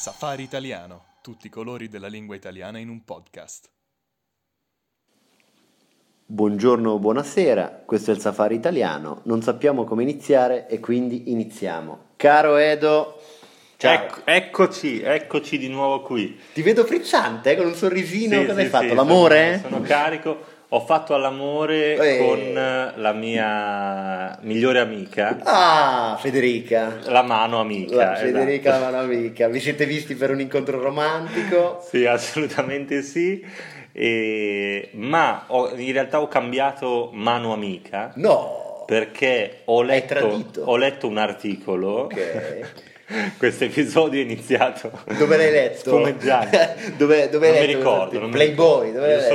Safari Italiano, tutti i colori della lingua italiana in un podcast. Buongiorno, buonasera, questo è il Safari Italiano, non sappiamo come iniziare e quindi iniziamo. Caro Edo, ciao. Eccoci di nuovo qui. Ti vedo frizzante, con un sorrisino, Sì, cosa hai sì, fatto? sì, L'amore? Sono carico, ho fatto all'amore con la mia migliore amica, Ah, Federica. la mano amica. Federica, esatto. la mano amica. Vi siete visti per un incontro romantico? Sì, assolutamente sì. Ma in realtà ho cambiato mano amica No. perché Hai tradito. ho letto un articolo. Ok. Questo episodio è iniziato Dove l'hai letto? spumeggiante. dove Non hai mi letto? ricordo. non mi Playboy, ricordo. dove l'hai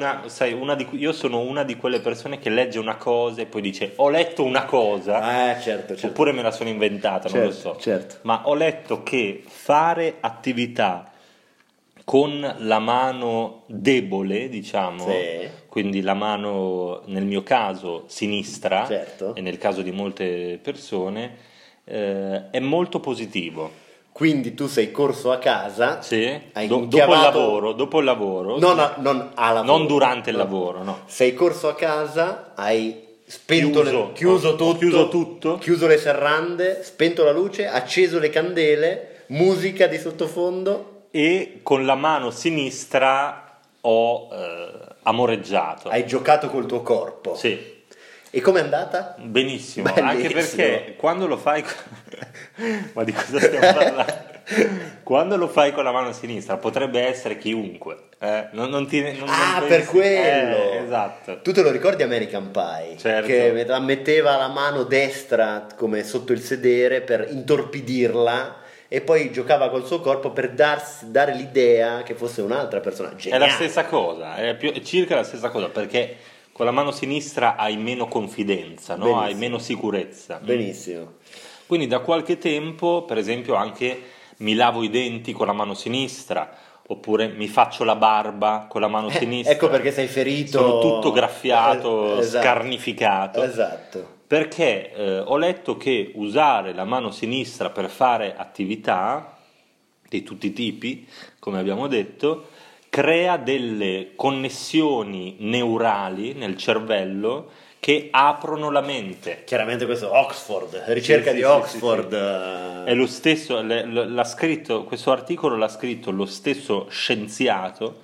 Io sono una di quelle persone che legge una cosa e poi dice ho letto una cosa, Certo. oppure me la sono inventata, non lo so. Certo. Ma ho letto che fare attività con la mano debole, diciamo, Sì. quindi la mano nel mio caso sinistra, Certo. e nel caso di molte persone, è molto positivo. Quindi tu sei corso a casa, Sì, hai dopo inchiavato- il lavoro, No, sì. no, non a lavoro. Non durante il No. lavoro, no. Sei corso a casa, hai spento Chiuso tutto, chiuso le serrande, spento la luce, acceso le candele, musica di sottofondo, E con la mano sinistra ho amoreggiato. hai giocato col tuo corpo. Sì, E com'è andata? benissimo, Bellissimo. anche perché quando lo fai ma di cosa stiamo parlando? Quando lo fai con la mano sinistra potrebbe essere chiunque, non Ah, pensi- per quello! esatto. Tu te lo ricordi American Pie? Certo. Che metteva la mano destra come sotto il sedere per intorpidirla e poi giocava col suo corpo per dare l'idea che fosse un'altra persona. È Geniale. la stessa cosa, è circa la stessa cosa, perché con la mano sinistra hai meno confidenza, no? Benissimo. Hai meno sicurezza. Benissimo. Quindi da qualche tempo, per esempio, anche mi lavo i denti con la mano sinistra, oppure mi faccio la barba con la mano sinistra. Ecco perché sei ferito. Sono tutto graffiato, Esatto. scarnificato. Esatto. Perché ho letto che usare la mano sinistra per fare attività di tutti i tipi, come abbiamo detto, crea delle connessioni neurali nel cervello che aprono la mente. Chiaramente questo Oxford, ricerca Sì, di sì, Oxford. È lo stesso, l'ha scritto, questo articolo l'ha scritto lo stesso scienziato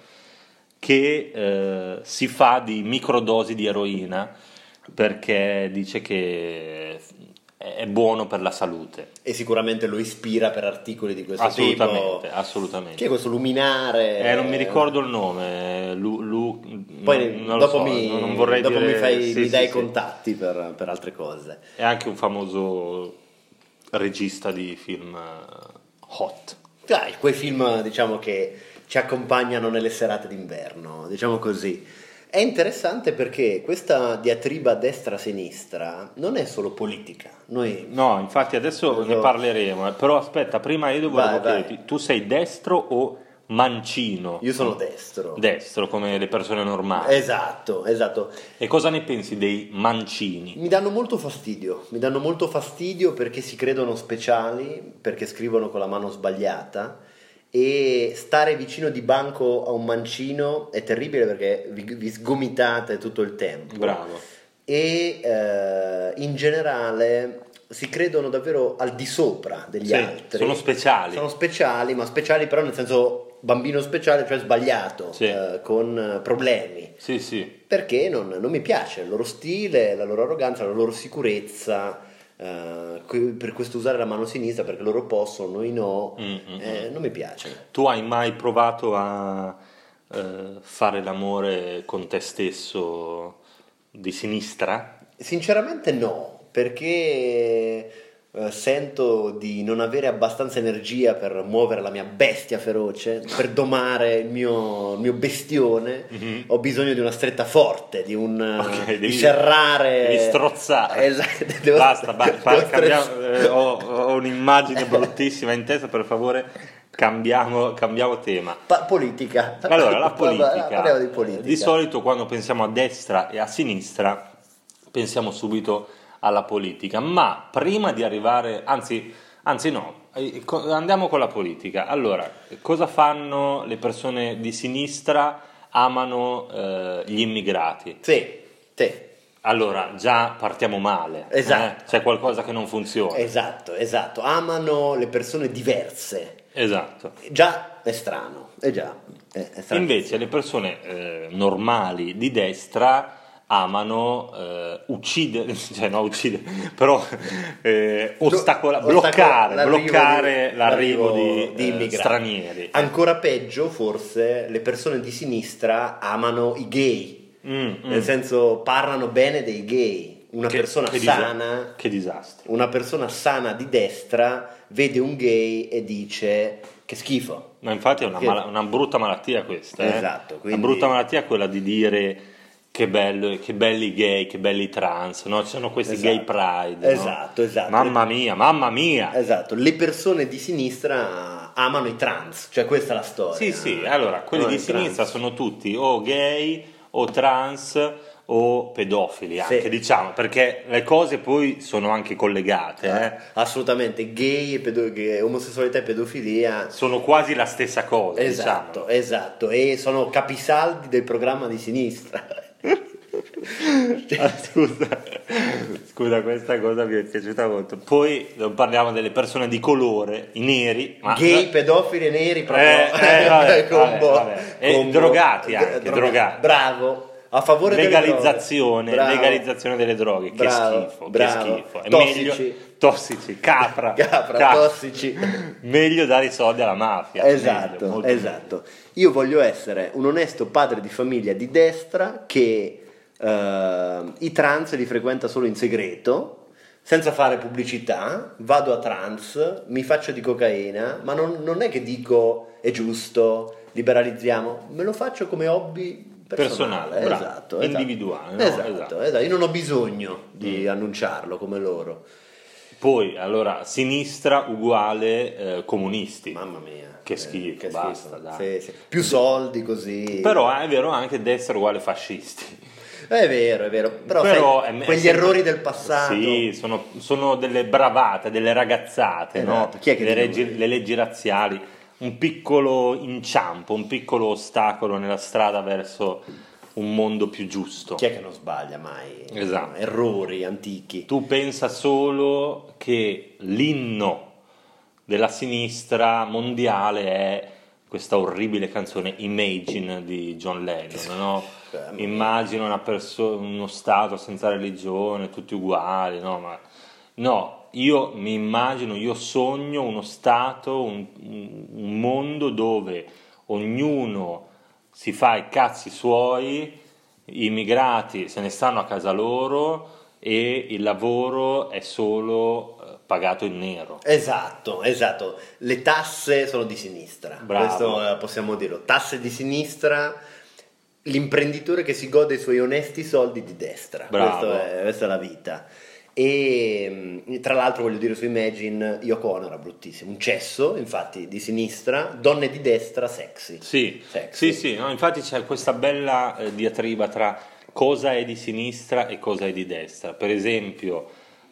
che si fa di microdosi di eroina perché dice che è buono per la salute. E sicuramente lo ispira per articoli di questo Assolutamente, tipo. assolutamente. Che è questo luminare? Non mi ricordo il nome. Poi non dopo, lo so, non vorrei dopo dire, mi dai i sì. contatti per altre cose. È anche un famoso regista di film hot. Dai, quei film diciamo che ci accompagnano nelle serate d'inverno, diciamo così. È interessante perché questa diatriba destra-sinistra non è solo politica. Noi No, infatti adesso ne parleremo, però aspetta, prima io volevo Vai. chiederti, tu sei destro o mancino? Io sono destro. Destro, come le persone normali. Esatto. E cosa ne pensi dei mancini? Mi danno molto fastidio perché si credono speciali, perché scrivono con la mano sbagliata e stare vicino di banco a un mancino è terribile perché vi sgomitate tutto il tempo. Bravo. E in generale si credono davvero al di sopra degli Sì, altri. sono speciali. Sono speciali, ma speciali però nel senso bambino speciale, cioè sbagliato, Sì. con problemi. Sì. Perché non mi piace il loro stile, la loro arroganza, la loro sicurezza, per questo usare la mano sinistra perché loro possono, noi no, non mi piace. Tu hai mai provato a fare l'amore con te stesso di sinistra? Sinceramente no, perché sento di non avere abbastanza energia per muovere la mia bestia feroce, per domare il mio bestione. Ho bisogno di una stretta forte, di Devi serrare, devi strozzare. Esatto, Ho un'immagine bruttissima in testa, per favore cambiamo tema. Politica. Allora, la politica. Parliamo di politica. Di solito quando pensiamo a destra e a sinistra pensiamo subito alla politica, ma prima di arrivare, anzi no, Andiamo con la politica. Allora, cosa fanno le persone di sinistra? Amano gli immigrati. Sì. Allora, già partiamo male. Esatto. C'è qualcosa che non funziona. Esatto. Amano le persone diverse. Esatto. Già è strano. È strano. Invece le persone normali di destra amano uccidere, cioè no uccidere, però bloccare l'arrivo di immigrati stranieri. Ancora peggio, forse, le persone di sinistra amano i gay. Nel senso, parlano bene dei gay. Una persona sana, che disastro. Una persona sana di destra vede un gay e dice che schifo. Ma infatti è una brutta malattia questa. Esatto. Una brutta malattia è quella di dire che bello, che belli gay, che belli trans, no? Ci sono questi gay pride. Esatto. Mamma mia. Esatto. Le persone di sinistra amano i trans, cioè questa è la storia. Sì. Allora, quelli di sinistra sono tutti o gay o trans o pedofili anche, diciamo, perché le cose poi sono anche collegate. Assolutamente, gay e omosessualità e pedofilia sono quasi la stessa cosa. Esatto, e sono capisaldi del programma di sinistra. Scusa, questa cosa mi è piaciuta molto. Poi non parliamo delle persone di colore, i neri, gay, pedofili e neri, proprio combo. E drogati anche, drogati. Bravo. A favore legalizzazione delle droghe. Che schifo. È tossici, capra, tossici. Meglio dare i soldi alla mafia. Esatto. Io voglio essere un onesto padre di famiglia di destra che i trans li frequenta solo in segreto, senza fare pubblicità. Vado a trans, mi faccio di cocaina, ma non è che dico è giusto, liberalizziamo, me lo faccio come hobby personale, esatto, individuale, no? Esatto. Io non ho bisogno di annunciarlo come loro. Poi allora sinistra uguale comunisti. Mamma mia, che schifo, basta. Dai. Sì. Più soldi così. Però è vero anche destra uguale fascisti. È vero, però sai, quegli errori del passato. Sì, sono delle bravate, delle ragazzate, esatto. no? Chi è che le leggi razziali, un piccolo inciampo, un piccolo ostacolo nella strada verso un mondo più giusto. Chi è che non sbaglia mai? Esatto. Errori antichi. Tu pensa solo che l'inno della sinistra mondiale è questa orribile canzone Imagine di John Lennon, no? Immagino uno stato senza religione, tutti uguali, io mi immagino, io sogno uno stato, un mondo dove ognuno si fa i cazzi suoi, gli immigrati se ne stanno a casa loro e il lavoro è solo pagato in nero. Esatto. Le tasse sono di sinistra. Bravo. Questo possiamo dirlo. Tasse di sinistra, l'imprenditore che si gode i suoi onesti soldi di destra. Questa è la vita. E tra l'altro voglio dire su Imagine, Yoko Ono era bruttissimo, un cesso, infatti, di sinistra, donne di destra sexy. Sì, no, infatti c'è questa bella diatriba tra cosa è di sinistra e cosa è di destra. Per esempio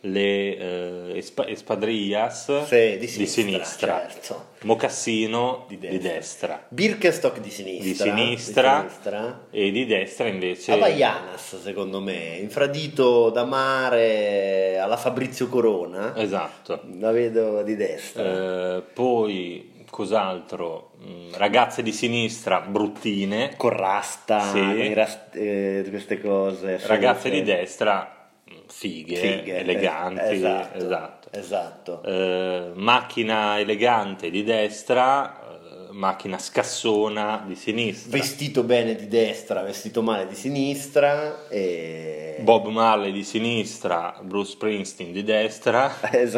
le Espadrillas di sinistra, certo. Mocassino di destra. Birkenstock di sinistra e di destra invece Havaianas, secondo me, infradito da mare alla Fabrizio Corona. Esatto. La vedo di destra. Poi cos'altro? Ragazze di sinistra bruttine con rasta, sì. Queste cose. Ragazze di destra fighe, eleganti, esatto. Macchina elegante di destra, macchina scassona di sinistra. Vestito bene di destra, vestito male di sinistra. E... Bob Marley di sinistra, Bruce Springsteen di destra.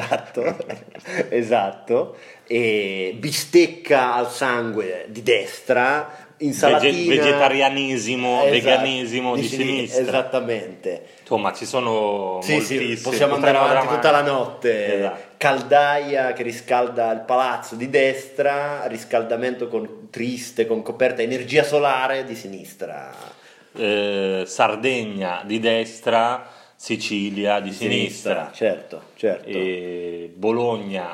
Esatto. E bistecca al sangue di destra. Insalatina, vegetarianismo, veganismo di sinistra. Esattamente. Insomma, ci sono moltissimi. Sì, possiamo andare avanti tutta la notte. Esatto. Caldaia che riscalda il palazzo di destra, riscaldamento triste con coperta energia solare di sinistra. Sardegna di destra, Sicilia di sinistra. Certo. E Bologna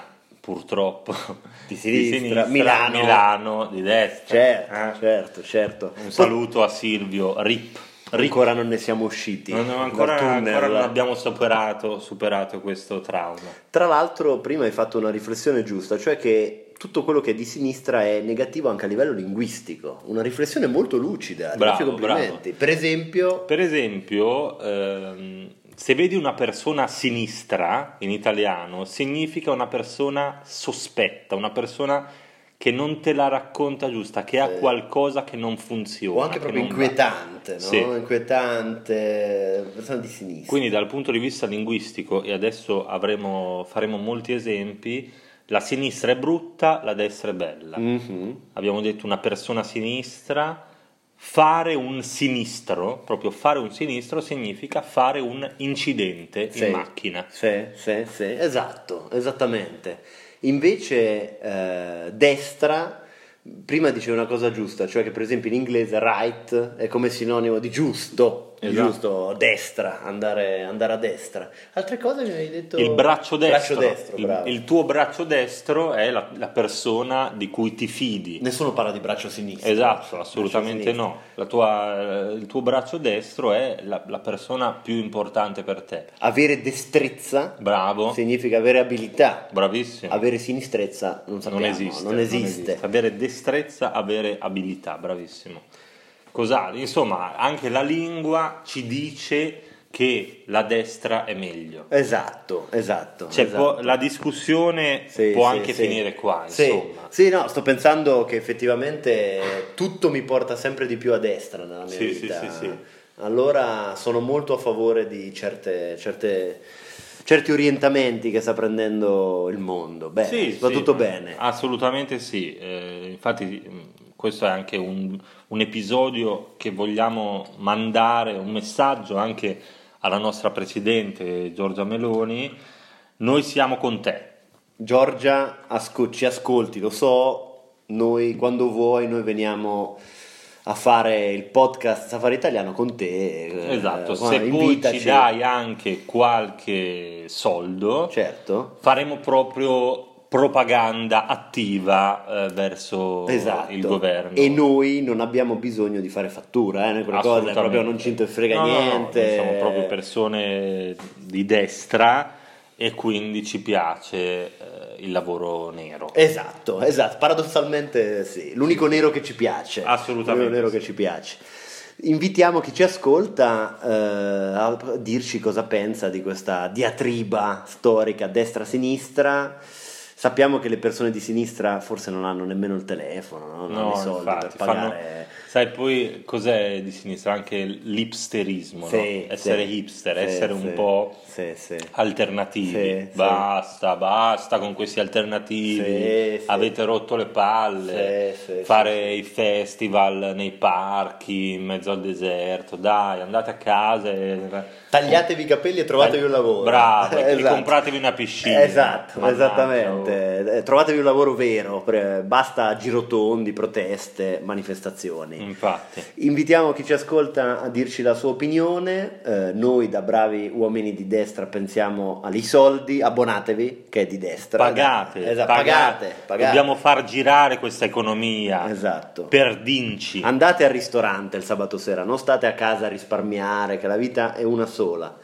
purtroppo Di sinistra. Milano di destra. Certo. Un saluto a Silvio, RIP. Ancora non ne siamo usciti. Ancora non abbiamo superato questo trauma. Tra l'altro, prima hai fatto una riflessione giusta, cioè che tutto quello che è di sinistra è negativo anche a livello linguistico. Una riflessione molto lucida. Bravo, complimenti. bravo. Per esempio, se vedi una persona a sinistra in italiano, significa una persona sospetta, una persona che non te la racconta giusta, che ha qualcosa che non funziona. O anche proprio inquietante, no? Sì. Inquietante, persona di sinistra. Quindi dal punto di vista linguistico, e adesso faremo molti esempi, la sinistra è brutta, la destra è bella. Mm-hmm. Abbiamo detto una persona a sinistra, fare un sinistro, proprio fare un sinistro significa fare un incidente in macchina. Sì, esatto, esattamente. Invece destra, prima dicevo una cosa giusta, cioè che per esempio in inglese right è come sinonimo di giusto, esatto. Giusto, destra, andare a destra. Altre cose mi hai detto? Il braccio destro, bravo. Il tuo braccio destro è la persona di cui ti fidi. Nessuno parla di braccio sinistro. Esatto, assolutamente no. Il tuo braccio destro è la persona più importante per te. Avere destrezza, bravo, significa avere abilità. Bravissimo. Avere sinistrezza non sappiamo, non esiste. Avere destrezza, avere abilità, bravissimo. Insomma, anche la lingua ci dice che la destra è meglio. Esatto. La discussione può anche finire qua, insomma. Sì, no, sto pensando che effettivamente tutto mi porta sempre di più a destra nella mia vita. Sì. Allora sono molto a favore di certi orientamenti che sta prendendo il mondo. Bene, va tutto bene. Assolutamente sì. Infatti questo è anche un episodio che vogliamo mandare, un messaggio anche alla nostra Presidente Giorgia Meloni. Noi siamo con te. Giorgia, ci ascolti, lo so, noi quando vuoi noi veniamo a fare il podcast Safari Italiano con te. Esatto, se poi ci dai anche qualche soldo, certo, faremo proprio propaganda attiva verso il governo. E noi non abbiamo bisogno di fare fattura, noi quelle cose proprio non ci frega niente. No, siamo proprio persone di destra e quindi ci piace il lavoro nero. Esatto, paradossalmente sì, l'unico nero che ci piace. Assolutamente. L'unico nero che ci piace. Invitiamo chi ci ascolta a dirci cosa pensa di questa diatriba storica destra-sinistra. Sappiamo che le persone di sinistra forse non hanno nemmeno il telefono, no? Non hanno i soldi per pagare. Sai poi cos'è di sinistra? Anche l'hipsterismo, no? Essere hipster, essere un po' alternativi. Basta con questi alternativi. Avete rotto le palle. Fare i festival nei parchi in mezzo al deserto. Dai, andate a casa. Tagliatevi i capelli e trovatevi un lavoro. Bravo, e compratevi una piscina. Esattamente. Trovatevi un lavoro vero, basta girotondi, proteste, manifestazioni. Infatti. Invitiamo chi ci ascolta a dirci la sua opinione. Noi da bravi uomini di destra pensiamo ai soldi, abbonatevi che è di destra. Pagate. Dobbiamo far girare questa economia. Esatto. Per dinci. Andate al ristorante il sabato sera, non state a casa a risparmiare, che la vita è una sola.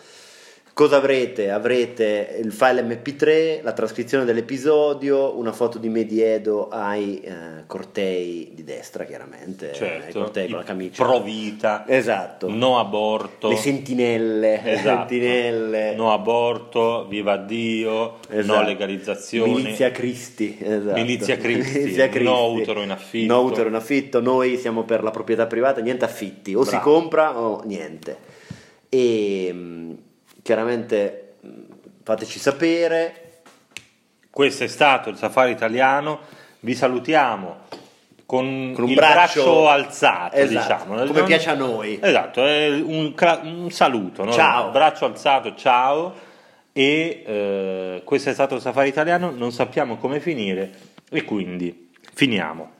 Cosa avrete? Avrete il file MP3, la trascrizione dell'episodio, una foto di me di Edo ai cortei di destra, chiaramente, ai cortei con la camicia. Pro vita. Esatto. No aborto. Le sentinelle. Esatto. No aborto, viva Dio, no legalizzazione. Milizia Cristi. Esatto. Milizia Cristi. No utero in affitto. Noi siamo per la proprietà privata, niente affitti, o si compra o niente. E chiaramente fateci sapere. Questo è stato il Safari Italiano, vi salutiamo con un braccio alzato, diciamo, come piace a noi. Esatto, è un saluto, no? Ciao. Braccio alzato, ciao. E questo è stato il Safari Italiano, non sappiamo come finire e quindi finiamo.